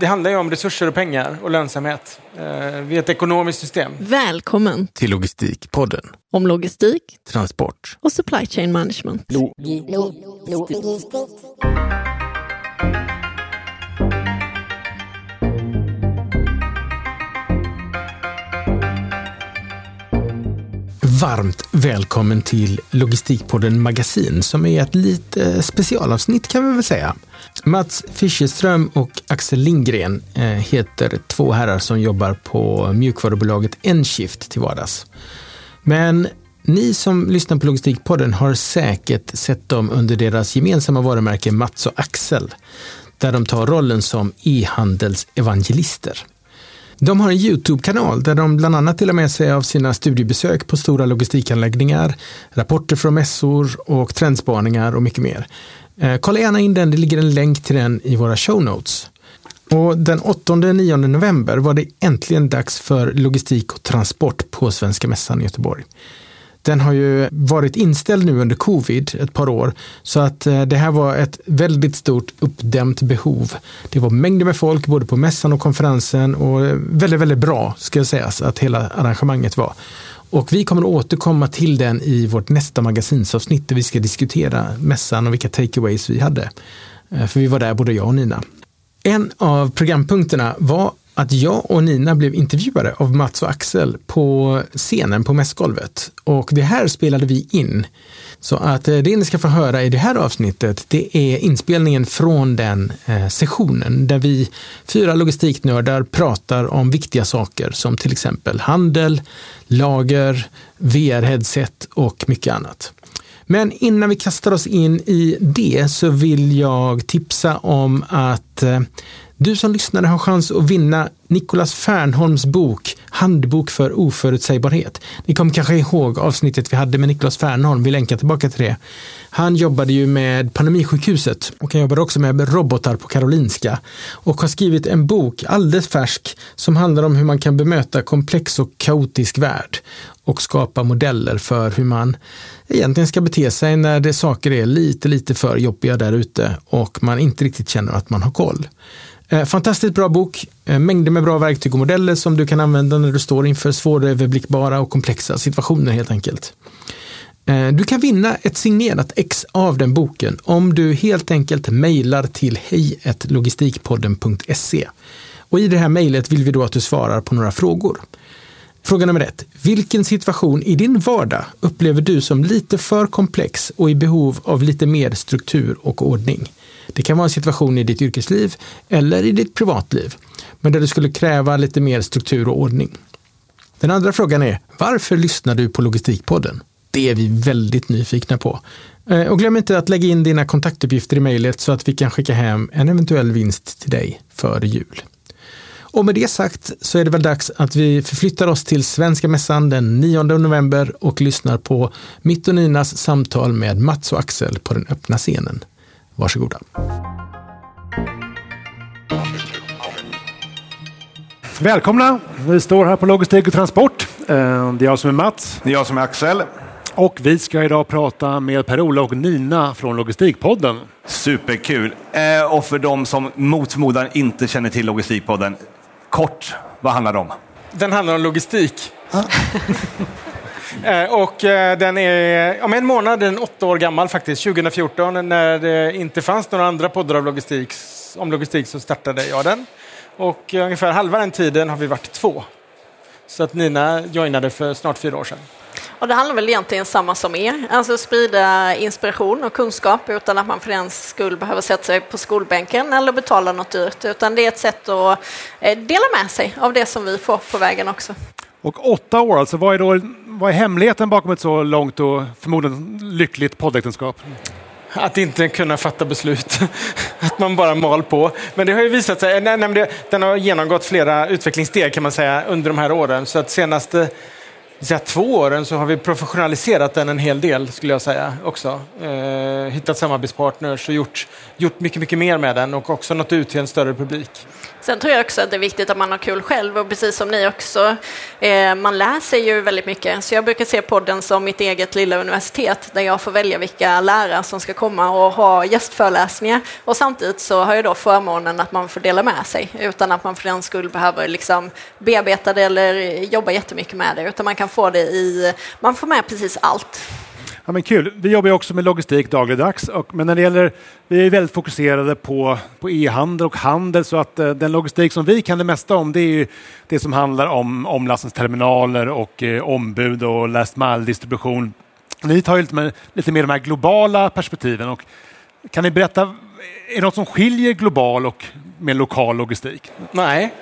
det handlar ju om resurser och pengar och lönsamhet. Vi är ett ekonomiskt system. Välkommen till Logistikpodden. Om logistik, transport och supply chain management. Varmt välkommen till Logistikpodden Magasin, som är ett lite specialavsnitt kan vi väl säga. Mats Fischerström och Axel Lindgren heter två herrar som jobbar på mjukvarubolaget Enshift till vardags. Men ni som lyssnar på Logistikpodden har säkert sett dem under deras gemensamma varumärke Mats och Axel, där de tar rollen som e-handelsevangelister. De har en YouTube-kanal där de bland annat delar med sig av sina studiebesök på stora logistikanläggningar, rapporter från mässor och trendspaningar och mycket mer. Kolla gärna in den, det ligger en länk till den i våra show notes. Och den 8-9 november var det äntligen dags för logistik och transport på Svenska mässan i Göteborg. Den har ju varit inställd nu under covid ett par år, så att det här var ett väldigt stort uppdämt behov. Det var mängder med folk både på mässan och konferensen, och väldigt, väldigt bra ska jag säga att hela arrangemanget var. Och vi kommer att återkomma till den i vårt nästa magasinsavsnitt där vi ska diskutera mässan och vilka takeaways vi hade. För vi var där både jag och Nina. En av programpunkterna var att jag och Nina blev intervjuade av Mats och Axel på scenen på mässgolvet. Och det här spelade vi in. Så att det ni ska få höra i det här avsnittet, det är inspelningen från den sessionen där vi 4 logistiknördar pratar om viktiga saker som till exempel handel, lager, VR-headset och mycket annat. Men innan vi kastar oss in i det så vill jag tipsa om att du som lyssnare har chans att vinna Nicholas Fernholms bok Handbok för oförutsägbarhet. Ni kommer kanske ihåg avsnittet vi hade med Nicholas Fernholm, vi länkar tillbaka till det. Han jobbade ju med Pandemisjukhuset och han jobbade också med robotar på Karolinska och har skrivit en bok alldeles färsk som handlar om hur man kan bemöta komplex och kaotisk värld och skapa modeller för hur man egentligen ska bete sig när det saker är lite för jobbiga där ute och man inte riktigt känner att man har koll. Fantastiskt bra bok, mängder med bra verktyg och modeller som du kan använda när du står inför svåröverblickbara och komplexa situationer helt enkelt. Du kan vinna ett signerat ex av den boken om du helt enkelt mejlar till hej@logistikpodden.se. Och i det här mejlet vill vi då att du svarar på några frågor. Fråga nummer 1. Vilken situation i din vardag upplever du som lite för komplex och i behov av lite mer struktur och ordning? Det kan vara en situation i ditt yrkesliv eller i ditt privatliv, men där du skulle kräva lite mer struktur och ordning. Den andra frågan är, varför lyssnar du på Logistikpodden? Det är vi väldigt nyfikna på. Och glöm inte att lägga in dina kontaktuppgifter i mejlet så att vi kan skicka hem en eventuell vinst till dig före jul. Och med det sagt så är det väl dags att vi förflyttar oss till Svenska mässan den 9 november och lyssnar på mitt och Ninas samtal med Mats och Axel på den öppna scenen. Varsågoda. Välkomna, vi står här på Logistik och transport. Det är jag som är Mats. Det är jag som är Axel. Och vi ska idag prata med Per-Ola och Nina från Logistikpodden. Superkul. Och för de som mot förmodan inte känner till Logistikpodden, kort, vad handlar det om? Den handlar om logistik. Och den är om en månad, den 8 år gammal faktiskt, 2014, när det inte fanns några andra poddar av logistik, så startade jag den. Och ungefär halva den tiden har vi varit 2. Så att Nina joinade för snart 4 år sedan. Och det handlar väl egentligen samma som er, alltså sprida inspiration och kunskap utan att man för den skull behöver sätta sig på skolbänken eller betala något dyrt, utan det är ett sätt att dela med sig av det som vi får på vägen också. Och 8 år, alltså vad är hemligheten bakom ett så långt och förmodligen lyckligt poddäktenskap? Att inte kunna fatta beslut. Att man bara mal på. Men det har ju visat sig, den har genomgått flera utvecklingssteg kan man säga under de här åren. Så att senaste 2 åren så har vi professionaliserat den en hel del skulle jag säga också. Hittat samarbetspartners och gjort mycket mer med den och också nått ut till en större publik. Sen tror jag också att det är viktigt att man har kul själv, och precis som ni också, man lär sig ju väldigt mycket. Så jag brukar se podden som mitt eget lilla universitet där jag får välja vilka lärare som ska komma och ha gästföreläsningar. Och samtidigt så har jag då förmånen att man får dela med sig utan att man för den skull behöver liksom bearbeta det eller jobba jättemycket med det, utan man kan få det man får med precis allt. Ja, men kul. Vi jobbar ju också med logistik dagligdags, men när det gäller, vi är väldigt fokuserade på e-handel och handel, så att den logistik som vi kan det mesta om, det är ju det som handlar om omlastningsterminaler och ombud och last mile-distribution. Ni tar ju lite mer de här globala perspektiven, och kan ni berätta, är det något som skiljer global och med lokal logistik? Nej.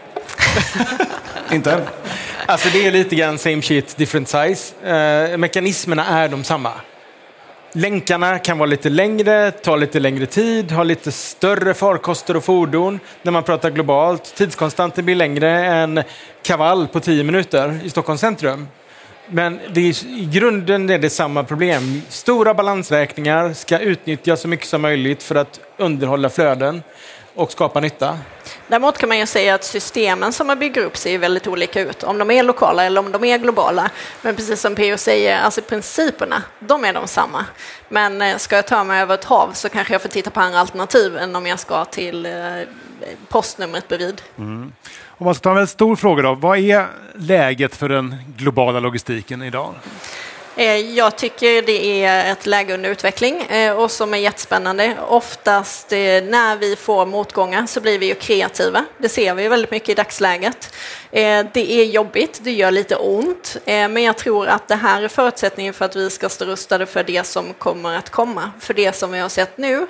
Inte? Alltså det är lite grann same shit, different size. Mekanismerna är de samma. Länkarna kan vara lite längre, ta lite längre tid, ha lite större farkoster och fordon. När man pratar globalt, tidskonstanten blir längre än kavall på 10 minuter i Stockholms centrum. Men i grunden är det samma problem. Stora balansräkningar ska utnyttjas så mycket som möjligt för att underhålla flöden och skapa nytta. Däremot kan man ju säga att systemen som man bygger upp ser väldigt olika ut, om de är lokala eller om de är globala. Men precis som P.O. säger, alltså principerna, de är de samma. Men ska jag ta mig över ett hav så kanske jag får titta på andra alternativ än om jag ska till postnumret bredvid. Mm. Om man ska ta en väldigt stor fråga då, vad är läget för den globala logistiken idag? Jag tycker det är ett läge under utveckling och som är jättespännande. Oftast när vi får motgångar så blir vi ju kreativa. Det ser vi väldigt mycket i dagsläget. Det är jobbigt, det gör lite ont. Men jag tror att det här är förutsättningen för att vi ska stå rustade för det som kommer att komma. För det som vi har sett nu.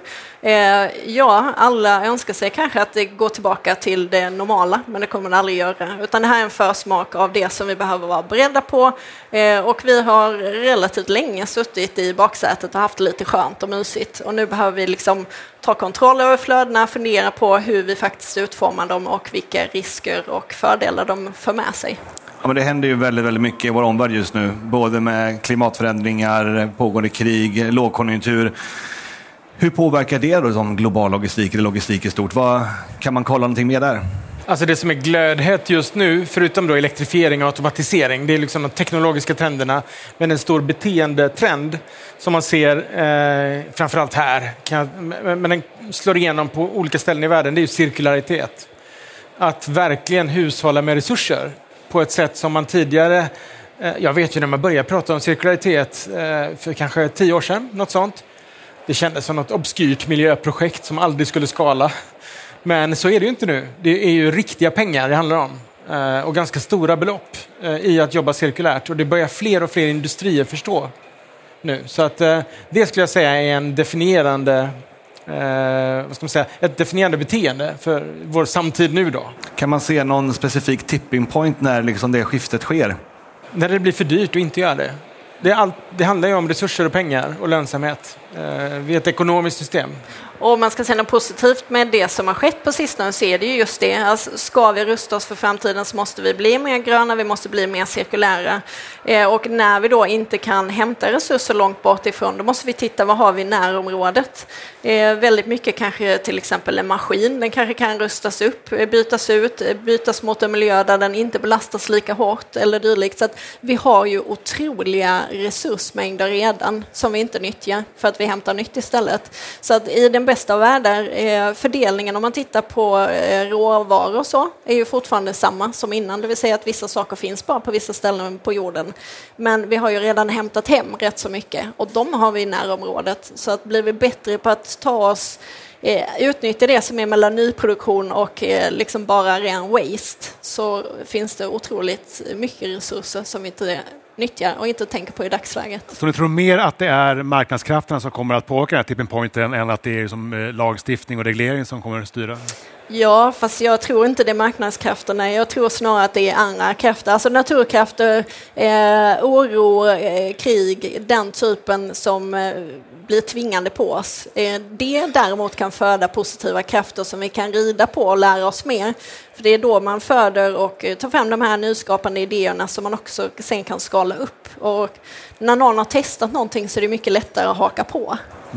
Ja, alla önskar sig kanske att det går tillbaka till det normala, men det kommer det aldrig göra. Utan det här är en försmak av det som vi behöver vara beredda på. Och vi har relativt länge suttit i baksätet och haft det lite skönt och mysigt. Och nu behöver vi liksom ta kontroll över flödena, fundera på hur vi faktiskt utformar dem och vilka risker och fördelar de för med sig. Ja, men det händer ju väldigt, väldigt mycket i vår omvärld just nu. Både med klimatförändringar, pågående krig, lågkonjunktur. Hur påverkar det då som global logistik eller logistik i stort? Kan man kolla någonting mer där? Alltså det som är glödhet just nu, förutom då elektrifiering och automatisering, det är liksom de teknologiska trenderna, men en stor beteendetrend som man ser framförallt här, men den slår igenom på olika ställen i världen, det är ju cirkularitet. Att verkligen hushålla med resurser på ett sätt som man tidigare, jag vet ju när man började prata om cirkularitet för kanske 10 år sedan, något sånt. Det kändes som något obskyrt miljöprojekt som aldrig skulle skala. Men så är det ju inte nu. Det är ju riktiga pengar det handlar om. Och ganska stora belopp i att jobba cirkulärt. Och det börjar fler och fler industrier förstå nu. Så att det skulle jag säga är en definierande, ett definierande beteende för vår samtid nu då. Kan man se någon specifik tipping point när liksom det skiftet sker? När det blir för dyrt att inte göra det. Det handlar ju om resurser och pengar och lönsamhet. Vi är ett ekonomiskt system. Och om man ska säga något positivt med det som har skett på sistone så är det ju just det. Alltså, ska vi rusta oss för framtiden så måste vi bli mer gröna, vi måste bli mer cirkulära. Och när vi då inte kan hämta resurser långt bort ifrån, då måste vi titta vad har vi i närområdet. Väldigt mycket kanske till exempel en maskin, den kanske kan rustas upp, bytas ut, bytas mot en miljö där den inte belastas lika hårt eller dylikt. Så att vi har ju otroliga resursmängder redan som vi inte nyttjar för att vi hämtar nytt istället. Så att i den bästa av världar, fördelningen om man tittar på råvaror och så är ju fortfarande samma som innan. Det vill säga att vissa saker finns bara på vissa ställen på jorden. Men vi har ju redan hämtat hem rätt så mycket och de har vi i närområdet. Så att blir vi bättre på att ta oss utnyttja det som är mellan nyproduktion och liksom bara ren waste, så finns det otroligt mycket resurser som vi inte nyttjar och inte tänker på i dagsläget. Så ni tror mer att det är marknadskrafterna som kommer att påverka den här tipping pointen än att det är som lagstiftning och reglering som kommer att styra? Ja, fast jag tror inte det är marknadskrafterna. Jag tror snarare att det är andra krafter. Alltså naturkrafter, oro, krig, den typen som blir tvingande på oss. Det däremot kan föda positiva krafter som vi kan rida på och lära oss mer. För det är då man föder och tar fram de här nyskapande idéerna som man också sen kan skala upp. Och när någon har testat någonting så är det mycket lättare att haka på.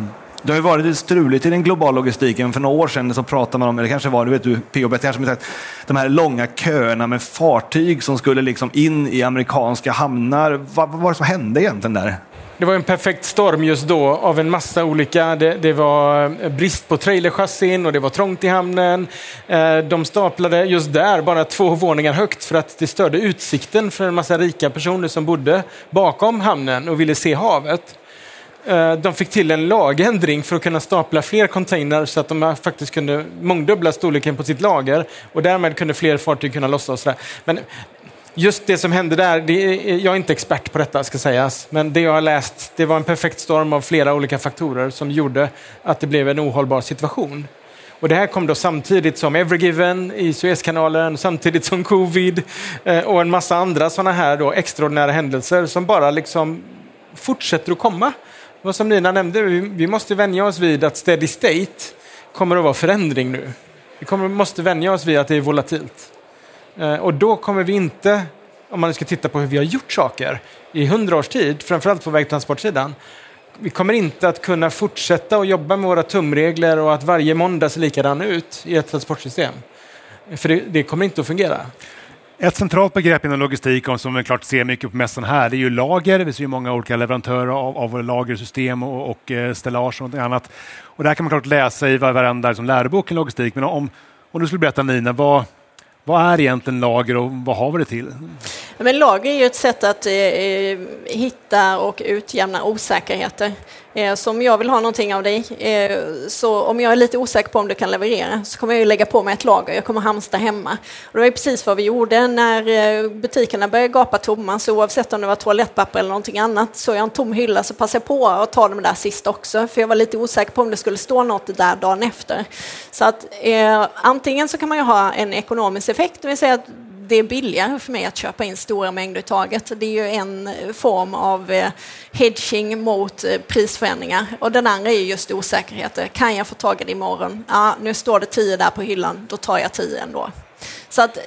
Det har ju varit lite struligt i den globala logistiken. För några år sedan så pratade man om, eller kanske var det, vet du, POB, de här långa köerna med fartyg som skulle liksom in i amerikanska hamnar. Vad var det som hände egentligen där? Det var en perfekt storm just då av en massa olika. Det var brist på trailerchassin och det var trångt i hamnen. De staplade just där bara 2 våningar högt för att det störde utsikten för en massa rika personer som bodde bakom hamnen och ville se havet. De fick till en lagändring för att kunna stapla fler containrar så att de faktiskt kunde mångdubbla storleken på sitt lager och därmed kunde fler fartyg kunna lossa och sådär. Men just det som hände där, jag är inte expert på detta ska sägas, men det jag har läst, det var en perfekt storm av flera olika faktorer som gjorde att det blev en ohållbar situation. Och det här kom då samtidigt som Ever Given i Suezkanalen, samtidigt som covid och en massa andra sådana här då extraordinära händelser som bara liksom fortsätter att komma. Och som Nina nämnde, vi måste vänja oss vid att steady state kommer att vara förändring nu. Vi måste vänja oss vid att det är volatilt. Och då kommer vi inte, om man ska titta på hur vi har gjort saker i 100 års tid, framförallt på vägtransportsidan, vi kommer inte att kunna fortsätta att jobba med våra tumregler och att varje måndag ser likadan ut i ett transportsystem. För det kommer inte att fungera. Ett centralt begrepp inom logistik som vi klart ser mycket på mässan här, det är ju lager. Vi ser ju många olika leverantörer av lagersystem och ställage och annat. Och där kan man klart läsa i varenda lärobok i logistik. Men om du skulle berätta, Nina, vad är egentligen lager och vad har vi det till? Men lager är ju ett sätt att hitta och utjämna osäkerheter. Så om jag vill ha någonting av dig, så om jag är lite osäker på om du kan leverera, så kommer jag ju lägga på mig ett lager. Jag kommer hamsta hemma. Och det var ju precis vad vi gjorde när butikerna började gapa tomma. Så oavsett om det var toalettpapper eller någonting annat, så jag en tom hylla så passade jag på att ta dem där sist också. För jag var lite osäker på om det skulle stå något där dagen efter. Så att antingen så kan man ju ha en ekonomisk effekt, det vill säga att det är billigare för mig att köpa in stora mängder i taget. Det är ju en form av hedging mot prisförändringar. Och den andra är just osäkerheter. Kan jag få tag i det imorgon? Ja, nu står det 10 där på hyllan, då tar jag 10 ändå. Så att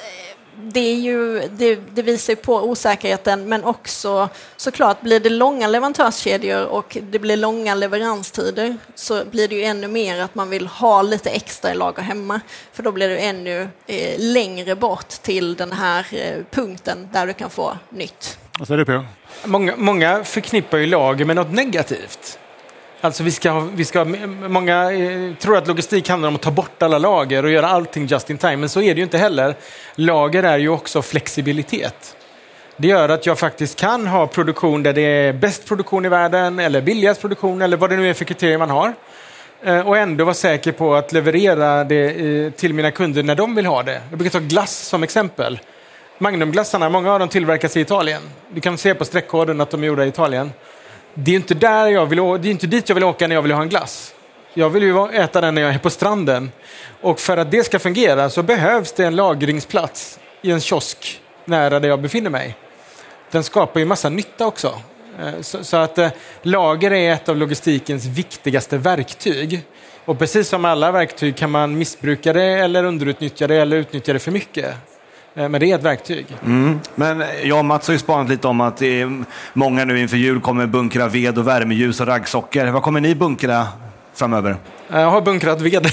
det visar ju på osäkerheten, men också såklart blir det långa leverantörskedjor och det blir långa leveranstider, så blir det ju ännu mer att man vill ha lite extra i lager hemma, för då blir det ännu längre bort till den här punkten där du kan få nytt. Vad säger du på? Många förknippar ju lager med något negativt. Alltså många tror att logistik handlar om att ta bort alla lager och göra allting just in time, men så är det ju inte heller. Lager är ju också flexibilitet. Det gör att jag faktiskt kan ha produktion där det är bäst produktion i världen eller billigast produktion eller vad det nu är för kriterier man har, och ändå vara säker på att leverera det till mina kunder när de vill ha det. Jag brukar ta glass som exempel. Magnumglassarna, många av dem tillverkas i Italien. Du kan se på streckkoden att de är gjorda i Italien. Det är inte det är inte dit jag vill åka när jag vill ha en glass. Jag vill ju äta den när jag är på stranden. Och för att det ska fungera så behövs det en lagringsplats i en kiosk nära där jag befinner mig. Den skapar ju massa nytta också. Så att lager är ett av logistikens viktigaste verktyg. Och precis som alla verktyg kan man missbruka det eller underutnyttja det eller utnyttja det för mycket. Men det är ett verktyg. Men jag och Mats har ju spanat lite om att det är många nu inför jul kommer bunkra ved och värmeljus och raggsocker. Vad kommer ni bunkra framöver? Jag har bunkrat ved.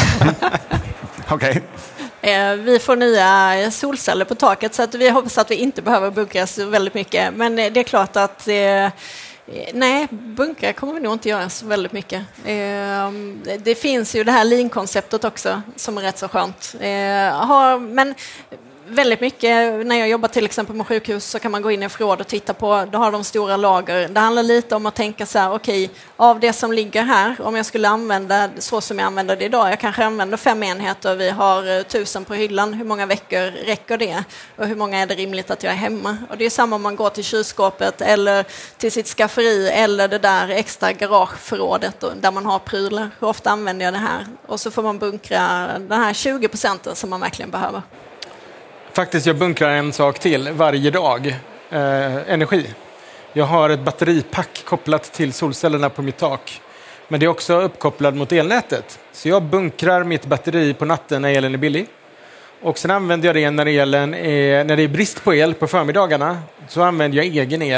Okej. Vi får nya solceller på taket, så att vi hoppas att vi inte behöver bunkra så väldigt mycket. Men det är klart att nej, bunkra kommer vi nog inte göra så väldigt mycket. Det finns ju det här lean-konceptet också som är rätt så skönt. Men väldigt mycket, när jag jobbar till exempel med sjukhus, så kan man gå in i förråd och titta på, då har de stora lager. Det handlar lite om att tänka så här, okej, av det som ligger här, om jag skulle använda så som jag använder det idag, jag kanske använder 5 enheter, vi har 1000 på hyllan, hur många veckor räcker det? Och hur många är det rimligt att jag är hemma? Och det är samma om man går till kylskåpet eller till sitt skafferi eller det där extra garageförrådet där man har prylar. Hur ofta använder jag det här? Och så får man bunkra den här 20% som man verkligen behöver. Faktiskt, jag bunkrar en sak till varje dag. Energi. Jag har ett batteripack kopplat till solcellerna på mitt tak. Men det är också uppkopplad mot elnätet. Så jag bunkrar mitt batteri på natten när elen är billig. Och sen använder jag det när det är brist på el på förmiddagarna. Så använder jag egen el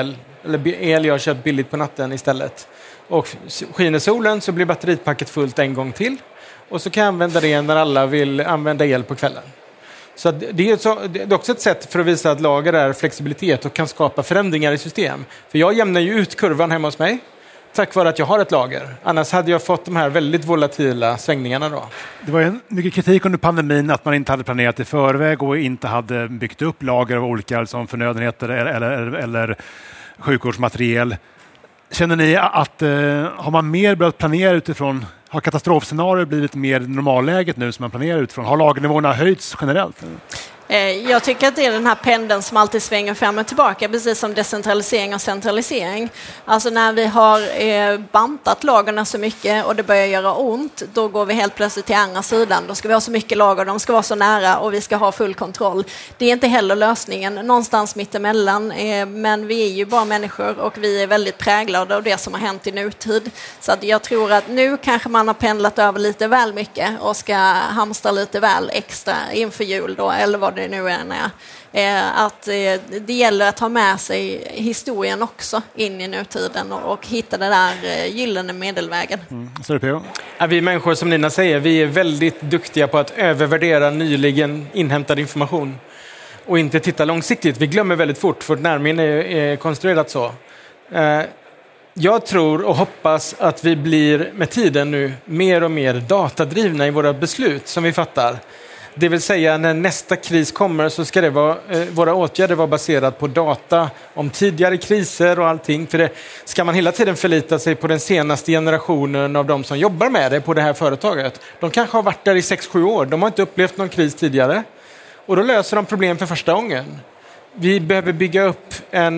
eller el jag har köpt billigt på natten istället. Och skiner solen så blir batteripacket fullt en gång till. Och så kan jag använda det när alla vill använda el på kvällen. Så det är också ett sätt för att visa att lager är flexibilitet och kan skapa förändringar i system. För jag jämnar ju ut kurvan hemma hos mig tack vare att jag har ett lager. Annars hade jag fått de här väldigt volatila svängningarna då. Det var ju mycket kritik under pandemin att man inte hade planerat i förväg och inte hade byggt upp lager av olika som förnödenheter eller sjukvårdsmateriel. Känner ni att har man mer börjat planera utifrån, har katastrofscenarier blivit mer normalläget nu som man planerar utifrån? Har lagernivåerna höjts generellt? Jag tycker att det är den här pendeln som alltid svänger fram och tillbaka, precis som decentralisering och centralisering. Alltså när vi har bantat lagerna så mycket och det börjar göra ont, då går vi helt plötsligt till andra sidan. Då ska vi ha så mycket lager, de ska vara så nära och vi ska ha full kontroll. Det är inte heller lösningen, någonstans mittemellan. Men vi är ju bara människor och vi är väldigt präglade av det som har hänt i nutid. Så att jag tror att nu kanske man har pendlat över lite väl mycket och ska hamstra lite väl extra inför jul då, eller vad det nu är. Att det gäller att ha med sig historien också in i nutiden och hitta den där gyllene medelvägen. Så är det på. Ja, vi människor, som Nina säger, vi är väldigt duktiga på att övervärdera nyligen inhämtad information och inte titta långsiktigt. Vi glömmer väldigt fort, för närminne är konstruerat så. Jag tror och hoppas att vi blir med tiden nu mer och mer datadrivna i våra beslut som vi fattar. Det vill säga, när nästa kris kommer så ska det vara, våra åtgärder vara baserade på data om tidigare kriser och allting. För det ska man hela tiden förlita sig på den senaste generationen av de som jobbar med det på det här företaget. De kanske har varit där i 6-7 år. De har inte upplevt någon kris tidigare. Och då löser de problem för första gången. Vi behöver bygga upp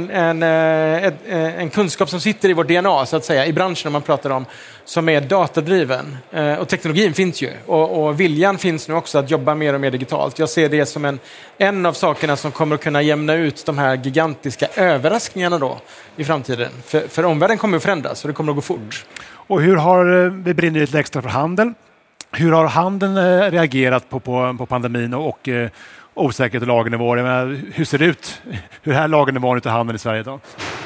en kunskap som sitter i vårt DNA, så att säga, i branschen man pratar om, som är datadriven. Och teknologin finns ju. Och viljan finns nu också att jobba mer och mer digitalt. Jag ser det som en av sakerna som kommer att kunna jämna ut de här gigantiska överraskningarna då i framtiden. För omvärlden kommer att förändras och det kommer att gå fort. Och hur har, vi brinner lite extra för handel. Hur har handeln reagerat på pandemin och osäkerhet och lagernivåer? Hur ser det ut? Hur är lagernivån utav handeln i Sverige idag?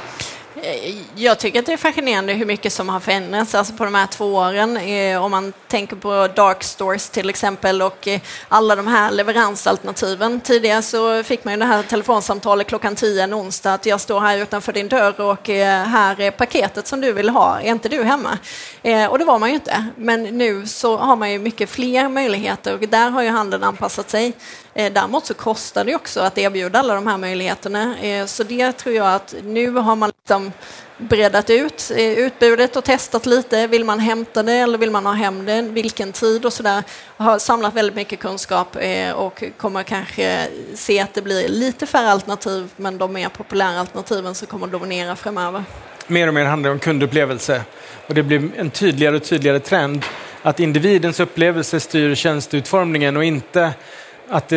Jag tycker att det är fascinerande hur mycket som har förändrats alltså på de här 2 åren. Om man tänker på dark stores till exempel och alla de här leveransalternativen. Tidigare så fick man ju det här telefonsamtalet klockan 10 en onsdag att jag står här utanför din dörr och här är paketet som du vill ha. Är inte du hemma? Och det var man ju inte. Men nu så har man ju mycket fler möjligheter och där har ju handeln anpassat sig. Däremot så kostar det också att erbjuda alla de här möjligheterna. Så det tror jag att nu har man liksom breddat ut utbudet och testat lite. Vill man hämta det eller vill man ha hem det? Vilken tid och sådär. Har samlat väldigt mycket kunskap och kommer kanske se att det blir lite färre alternativ, men de mer populära alternativen så kommer att dominera framöver. Mer och mer handlar om kundupplevelse. Och det blir en tydligare och tydligare trend att individens upplevelse styr tjänsteutformningen och inte att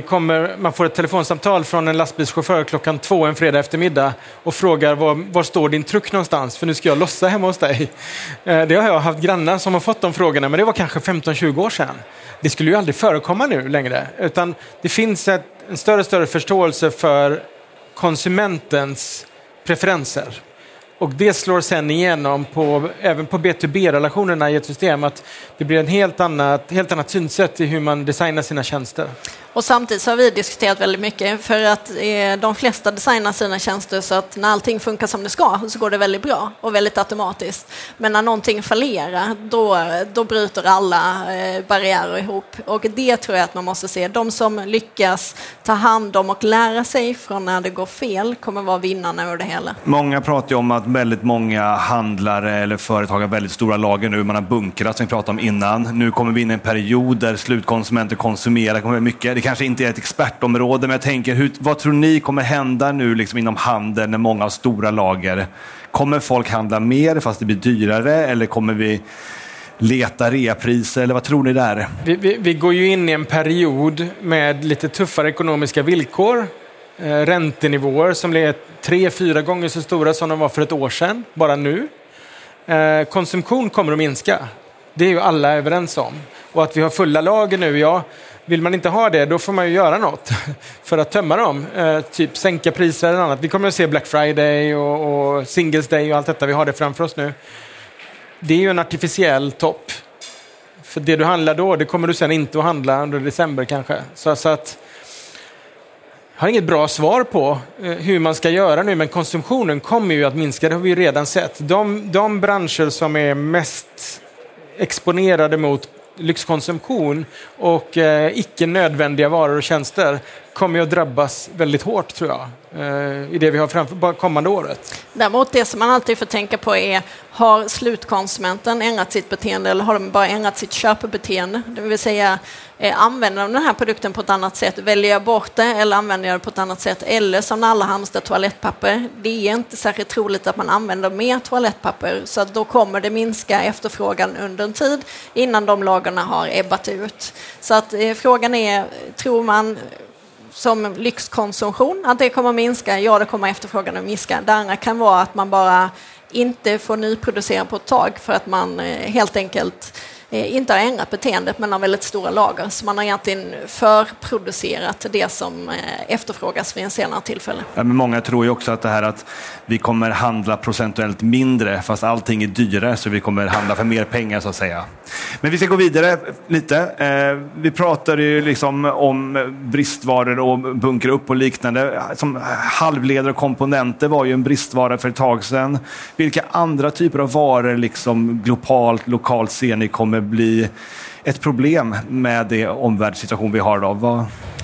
man får ett telefonsamtal från en lastbilschaufför klockan 2 en fredag eftermiddag och frågar var står din truck någonstans, för nu ska jag lossa hemma hos dig. Det har jag haft grannar som har fått de frågorna, men det var kanske 15-20 år sedan. Det skulle ju aldrig förekomma nu längre, utan det finns en större förståelse för konsumentens preferenser. Och det slår sen igenom även på B2B-relationerna i ett system, att det blir ett helt annat synsätt i hur man designar sina tjänster. Och samtidigt så har vi diskuterat väldigt mycket för att de flesta designar sina tjänster så att när allting funkar som det ska så går det väldigt bra och väldigt automatiskt. Men när någonting fallerar då bryter alla barriärer ihop. Och det tror jag att man måste se. De som lyckas ta hand om och lära sig från när det går fel kommer vara vinnarna över det hela. Många pratar ju om att väldigt många handlare eller företag har väldigt stora lager nu. Man har bunkrat som vi pratade om innan. Nu kommer vi in i en period där slutkonsumenter konsumerar kommer mycket. Det kanske inte är ett expertområde, men jag tänker, vad tror ni kommer hända nu liksom inom handeln när många har stora lager? Kommer folk handla mer fast det blir dyrare, eller kommer vi leta reapriser, eller vad tror ni där? Vi går ju in i en period med lite tuffare ekonomiska villkor. Räntenivåer som är 3-4 gånger så stora som de var för ett år sedan, bara nu. Konsumtion kommer att minska. Det är ju alla överens om. Och att vi har fulla lager nu, Vill man inte ha det, då får man ju göra något för att tömma dem. Typ sänka priser eller annat. Vi kommer att se Black Friday och Singles Day och allt detta. Vi har det framför oss nu. Det är ju en artificiell topp. För det du handlar då, det kommer du sen inte att handla under december kanske. Så att jag har inget bra svar på hur man ska göra nu, men konsumtionen kommer ju att minska. Det har vi ju redan sett. De branscher som är mest exponerade mot lyxkonsumtion och icke nödvändiga varor och tjänster kommer att drabbas väldigt hårt, tror jag, i det vi har framför kommande året. Däremot det som man alltid får tänka på är, har slutkonsumenten ändrat sitt beteende eller har de bara ändrat sitt köpbeteende? Det vill säga, använder de den här produkten på ett annat sätt, väljer jag bort det eller använder jag det på ett annat sätt? Eller som när alla hamstrar toalettpapper, det är inte särskilt troligt att man använder mer toalettpapper, så att då kommer det minska efterfrågan under en tid innan de lagarna har ebbat ut. Så att frågan är, tror man som lyxkonsumtion att det kommer att minska? Ja, det kommer efterfrågan att minska. Det andra kan vara att man bara inte får nyproducera på ett tag för att man helt enkelt inte har ändrat beteendet men har väldigt stora lager. Så man har egentligen förproducerat det som efterfrågas vid en senare tillfälle. Ja, men många tror ju också att det här att vi kommer handla procentuellt mindre fast allting är dyrare, så vi kommer handla för mer pengar så att säga. Men vi ska gå vidare lite. Vi pratade ju liksom om bristvaror och bunkra upp och liknande. Som halvledare och komponenter var ju en bristvara för ett tag sedan. Vilka andra typer av varor liksom globalt, lokalt ser ni kommer bli ett problem med det omvärldssituation vi har idag?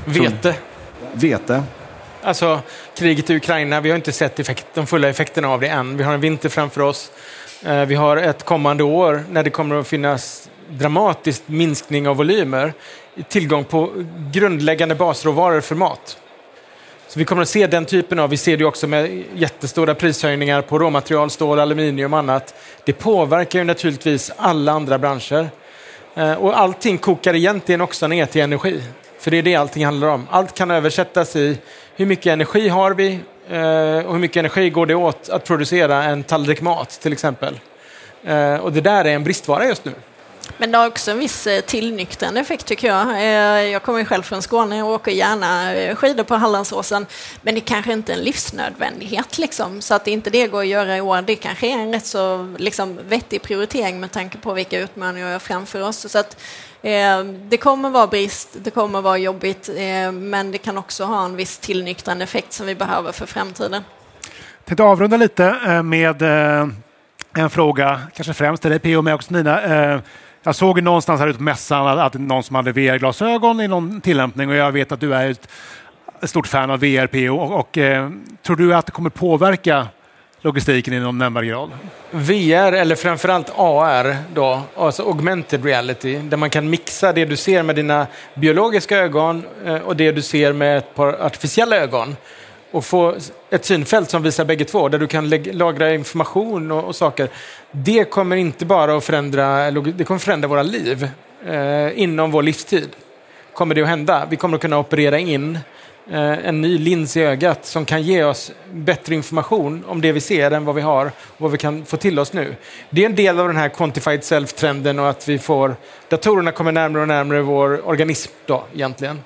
Vete. Alltså kriget i Ukraina, vi har inte sett de fulla effekterna av det än. Vi har en vinter framför oss. Vi har ett kommande år när det kommer att finnas dramatisk minskning av volymer, tillgång på grundläggande basråvaror för mat. Så vi kommer att se den typen av, vi ser det också med jättestora prishöjningar på råmaterial, stål, aluminium och annat. Det påverkar ju naturligtvis alla andra branscher. Och allting kokar egentligen också ner till energi. För det är det allting handlar om. Allt kan översättas i hur mycket energi har vi och hur mycket energi går det åt att producera en tallrik mat till exempel. Och det där är en bristvara just nu. Men det har också en viss tillnyktrande effekt tycker jag. Jag kommer ju själv från Skåne och åker gärna skidor på Hallandsåsen. Men det kanske inte är en livsnödvändighet liksom. Så att inte det går att göra i år. Det kanske är en rätt så liksom vettig prioritering med tanke på vilka utmaningar vi har framför oss. Så att det kommer vara brist, det kommer vara jobbigt. Men det kan också ha en viss tillnyktrande effekt som vi behöver för framtiden. Jag tänkte avrunda lite med en fråga, kanske främst till dig P.O. men också Nina. Jag såg någonstans här ute på mässan att någon som hade VR-glasögon i någon tillämpning, och jag vet att du är ett stort fan av VR, P.O. Och tror du att det kommer påverka logistiken i någon nämnvärd grad? VR eller framförallt AR då, alltså augmented reality, där man kan mixa det du ser med dina biologiska ögon och det du ser med ett par artificiella ögon och få ett synfält som visar bägge två, där du kan lagra information och saker. Det kommer inte bara att det kommer förändra våra liv inom vår livstid. Kommer det att hända? Vi kommer att kunna operera in en ny lins i ögat som kan ge oss bättre information om det vi ser än vad vi har och vad vi kan få till oss nu. Det är en del av den här quantified self-trenden och att datorerna kommer närmare och närmare vår organism då egentligen.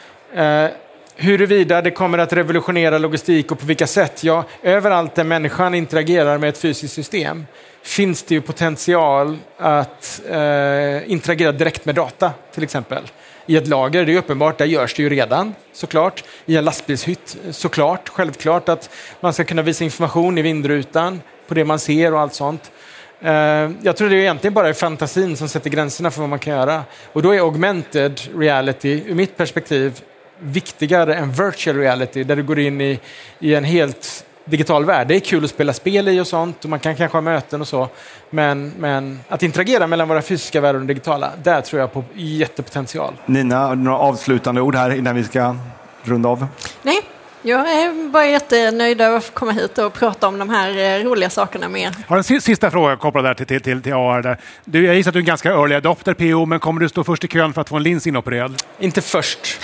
Huruvida det kommer att revolutionera logistik och på vilka sätt? Ja, överallt där människan interagerar med ett fysiskt system finns det ju potential att interagera direkt med data till exempel. I ett lager, det är uppenbart, där görs det ju redan såklart. I en lastbilshytt såklart, självklart att man ska kunna visa information i vindrutan på det man ser och allt sånt. Jag tror det är egentligen bara fantasin som sätter gränserna för vad man kan göra. Och då är augmented reality, ur mitt perspektiv, viktigare än virtual reality, där du går in i en helt digital värld. Det är kul att spela spel i och sånt, och man kan kanske ha möten och så. Men att interagera mellan våra fysiska världar och digitala, där tror jag på jättepotential. Nina, några avslutande ord här innan vi ska runda av? Nej, jag är bara jättenöjd över att komma hit och prata om de här roliga sakerna med er. Jag har en sista fråga kopplad där till AR. Där. Jag gissar att du är en ganska early adopter, P.O., men kommer du stå först i kön för att få en lins inopererad? Inte först.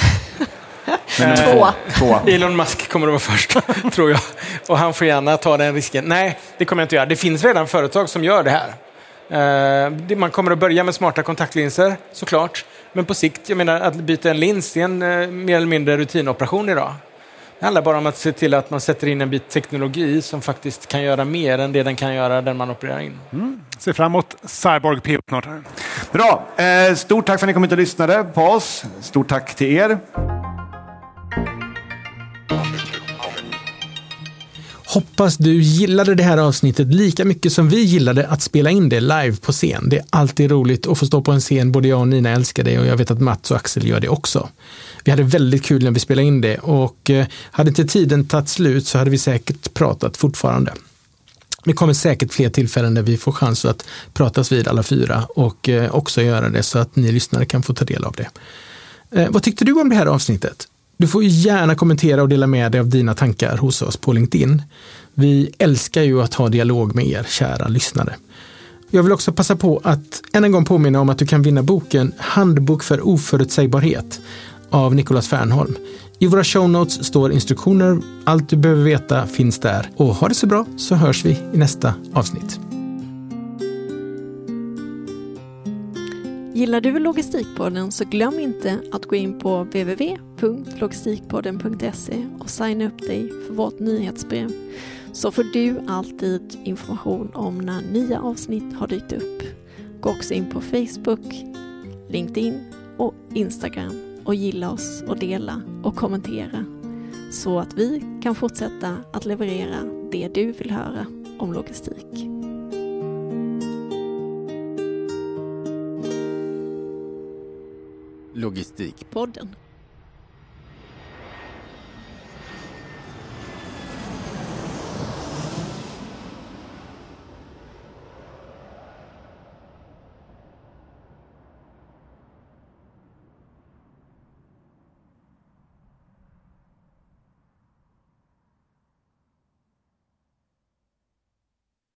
Två. Elon Musk kommer att vara först, tror jag. Och han får gärna ta den risken. Nej, det kommer jag inte göra. Det finns redan företag som gör det här. Man kommer att börja med smarta kontaktlinser, såklart. Men på sikt, jag menar att byta en lins är en mer eller mindre rutinoperation idag. Det handlar bara om att se till att man sätter in en bit teknologi som faktiskt kan göra mer än det den kan göra den man opererar in. Se fram emot Cyborg PO snart här. Bra! Stort tack för att ni kom hit och lyssnade på oss. Stort tack till er. Hoppas du gillade det här avsnittet lika mycket som vi gillade att spela in det live på scen. Det är alltid roligt att få stå på en scen. Både jag och Nina älskar det och jag vet att Mats och Axel gör det också. Vi hade väldigt kul när vi spelade in det och hade inte tiden tagit slut så hade vi säkert pratat fortfarande. Det kommer säkert fler tillfällen där vi får chans att pratas vid alla fyra och också göra det så att ni lyssnare kan få ta del av det. Vad tyckte du om det här avsnittet? Du får gärna kommentera och dela med dig av dina tankar hos oss på LinkedIn. Vi älskar ju att ha dialog med er, kära lyssnare. Jag vill också passa på att än en gång påminna om att du kan vinna boken Handbok för oförutsägbarhet av Nicholas Fernholm. I våra show notes står instruktioner, allt du behöver veta finns där. Och ha det så bra så hörs vi i nästa avsnitt. Gillar du Logistikpodden så glöm inte att gå in på www.logistikpodden.se och signa upp dig för vårt nyhetsbrev. Så får du alltid information om när nya avsnitt har dykt upp. Gå också in på Facebook, LinkedIn och Instagram och gilla oss och dela och kommentera så att vi kan fortsätta att leverera det du vill höra om logistik. Logistikpodden.